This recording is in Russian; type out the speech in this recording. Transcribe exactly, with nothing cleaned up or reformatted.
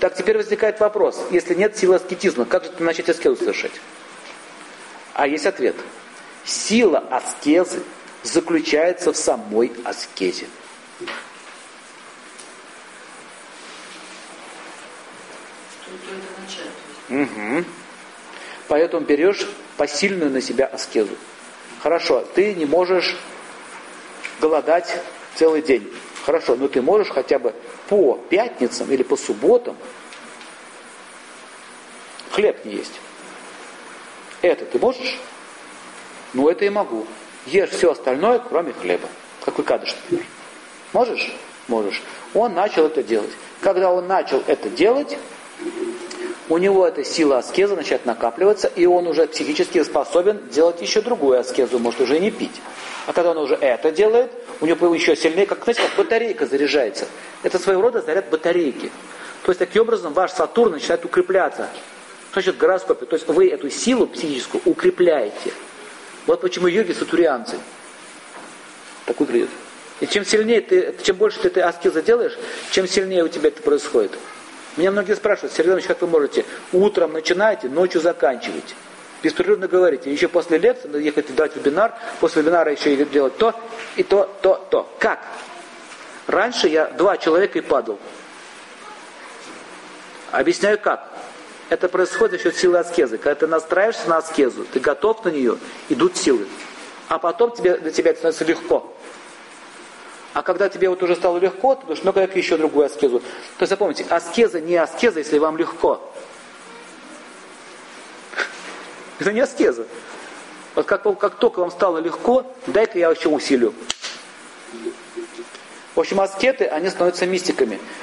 Так теперь возникает вопрос, если нет силы аскетизма, как же ты начать аскезу совершать? А есть ответ. Сила аскезы заключается в самой аскезе. Угу. Поэтому берешь посильную на себя аскезу. Хорошо, ты не можешь голодать целый день. Хорошо, но ты можешь хотя бы по пятницам или по субботам хлеб не есть. Это ты можешь? Ну, это и могу. Ешь все остальное, кроме хлеба. Как вы кадыш, например. Можешь? Можешь. Он начал это делать. Когда он начал это делать, у него эта сила аскеза начинает накапливаться, и он уже психически способен делать еще другую аскезу, может уже и не пить. А когда он уже это делает, у него еще сильнее, как, знаете, как батарейка заряжается. Это своего рода заряд батарейки. То есть, таким образом, ваш Сатурн начинает укрепляться. Что значит в гороскопе? То есть, вы эту силу психическую укрепляете. Вот почему йоги сатурианцы. Так выглядит. И чем сильнее ты, чем больше ты этой аскезы делаешь, чем сильнее у тебя это происходит. Меня многие спрашивают: Сергей Иванович, как вы можете? Утром начинаете, ночью заканчиваете. Беспрерывно говорите. Еще после лекции надо ехать дать вебинар, после вебинара еще и делать то, и то, то, то. Как? Раньше я два человека и падал. Объясняю как. Это происходит за счет силы аскезы. Когда ты настраиваешься на аскезу, ты готов на нее, идут силы. А потом тебе, для тебя это становится легко. А когда тебе вот уже стало легко, ты думаешь, ну-ка еще другую аскезу. То есть запомните, аскеза не аскеза, если вам легко. Это не аскеза. Вот как, как только вам стало легко, дай-ка я еще усилю. В общем, аскеты, они становятся мистиками.